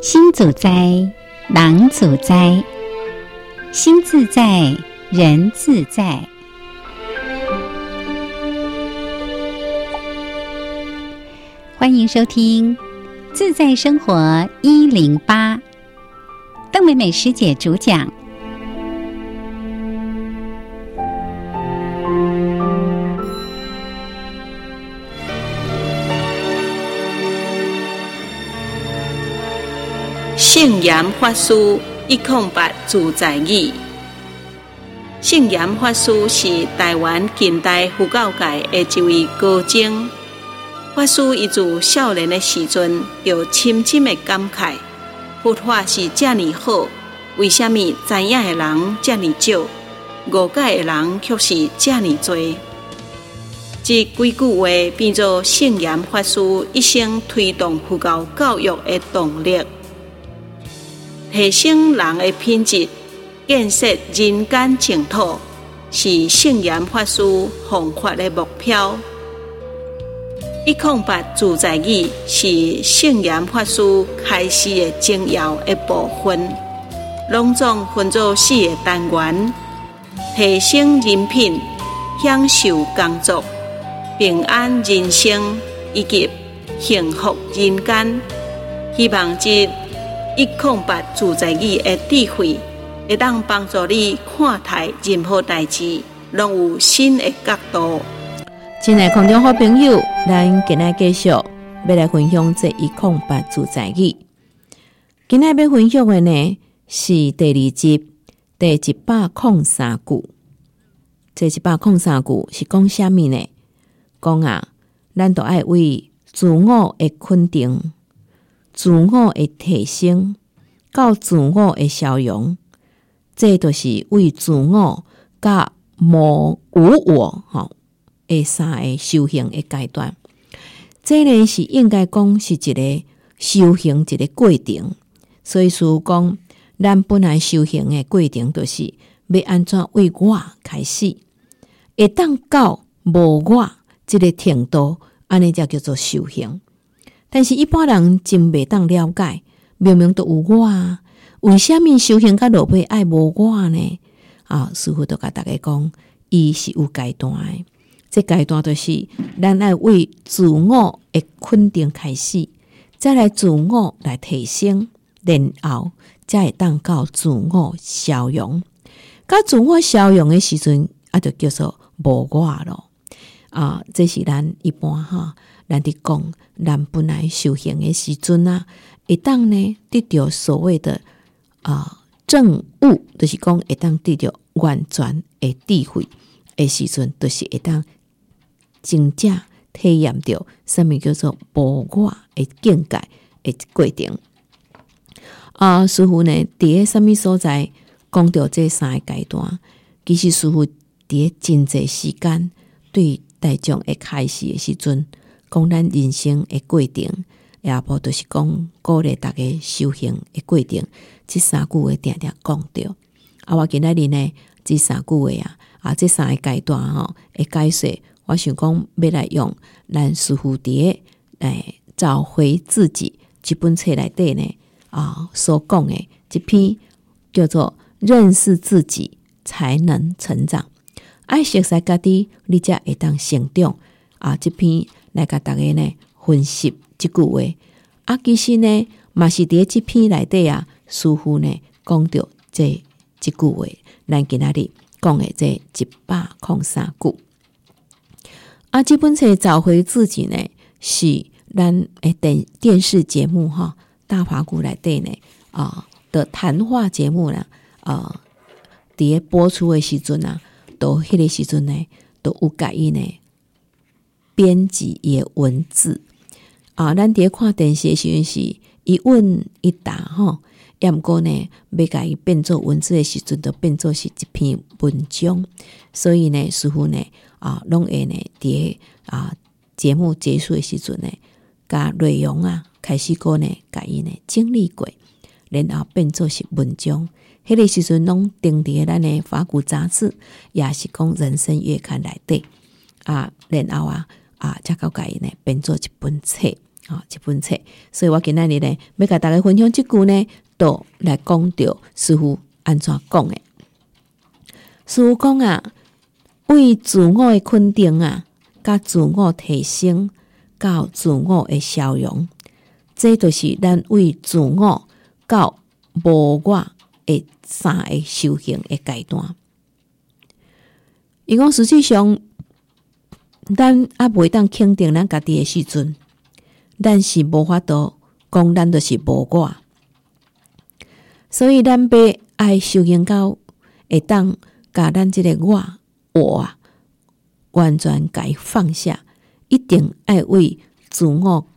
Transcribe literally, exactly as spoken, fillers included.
心自在，人自在，心自在，人自在。欢迎收听《自在生活一零八》，邓美美师姐主讲。 圣严法师一空八自在语。圣严法师是台湾近代佛教界的一位高僧。法师伊自少年的时阵，就深深的感慨，佛法是这么好，为什么知影的人这么少，误解的人却是这么多？这几句话变作圣严法师一生推动佛教教育的动力。提升人的品质，建设人间净土，是圣严法师弘法的目标。一空八自在语是圣严法师开示的精要的部分，拢总分作四个单元：提升人品、享受工作、平安人生以及幸福人间。希望这一空八自在语的智慧，会当帮助你看待任何代志，拢有新的角度。 亲爱的空中好朋友，咱今日继续要来分享这一空八自在语。今日要分享的呢是第二集第一百零三句。这一百零三句是讲什么呢？讲啊，咱都爱为自我的肯定、自我的提升到自我的消融，这就是为自我甲无无我吼的三个修行的阶段。这呢是应该讲是一个修行一个过程。所以说讲，咱本来修行的过程就是要安怎为我开始，会当到无我这个程度，安尼才叫做修行。但是一般人真袂当了解，明明都有我啊，为什么修行到落尾爱无我呢？啊，师父都甲大家讲，伊是有阶段的。这阶段就是咱爱为自我的肯定开始，再来自我来提升，然后才会当到自我消融。到自我消融的时阵，啊，就叫做无我咯。啊，这是咱一般哈。咱伫讲，咱本来修行的时阵啊，会当呢得到所谓的啊证悟，就是讲会当得到完全的智慧的时阵，就是会当真正体验到什么叫做无我的境界的过程。啊，师父呢，伫个什么所在讲到这三个阶段，其实师父伫个真济时间对大众会开始的时阵。讲咱人生的过程，也无就是讲鼓励大家修行的过程，这三句话定定讲到。啊，我今仔日呢，这三句话啊，啊，这三个阶段吼的解说，我想讲要来用咱师父伫个诶找回自己这本册内底呢啊所讲的这篇叫做认识自己才能成长，爱熟悉家己，你才会当成长啊！这篇。来甲大家呢分析这句话啊，其实呢嘛是伫这篇内底啊，师父呢讲到这这句话，咱今仔日讲的这一百零三句啊。这本册找回自己呢，是咱诶电电视节目哈大华谷内底呢啊的谈话节目呢啊，伫播出的时阵啊，都迄个时阵呢都有改伊呢。编辑也文字啊，咱伫看电视的时阵是一问一答吼，也毋过呢，要甲伊变做文字的时阵，就变做是一篇文章。所以呢，师父呢啊，拢会呢伫啊节目结束的时阵呢，甲内容啊开始过呢，甲伊呢整理过，然后变做是文章。迄个时阵拢登伫咱的法古杂志，也是讲人生月刊内底啊，然后啊。啊，才到甲伊呢变做一本册哦，一本册。所以我今仔日呢，要甲大家分享即句呢，都来讲到师父安怎讲的。师父讲啊，为自我的肯定啊，甲自我提升，到自我的消融，这就是咱为自我到无我的三个修行的阶段。伊讲实际上，咱还袂当肯定咱家己的时阵，咱是无法度讲咱就是无我。所以咱要爱修行到会当甲咱即个我我啊，完全甲伊放下，一定爱为自我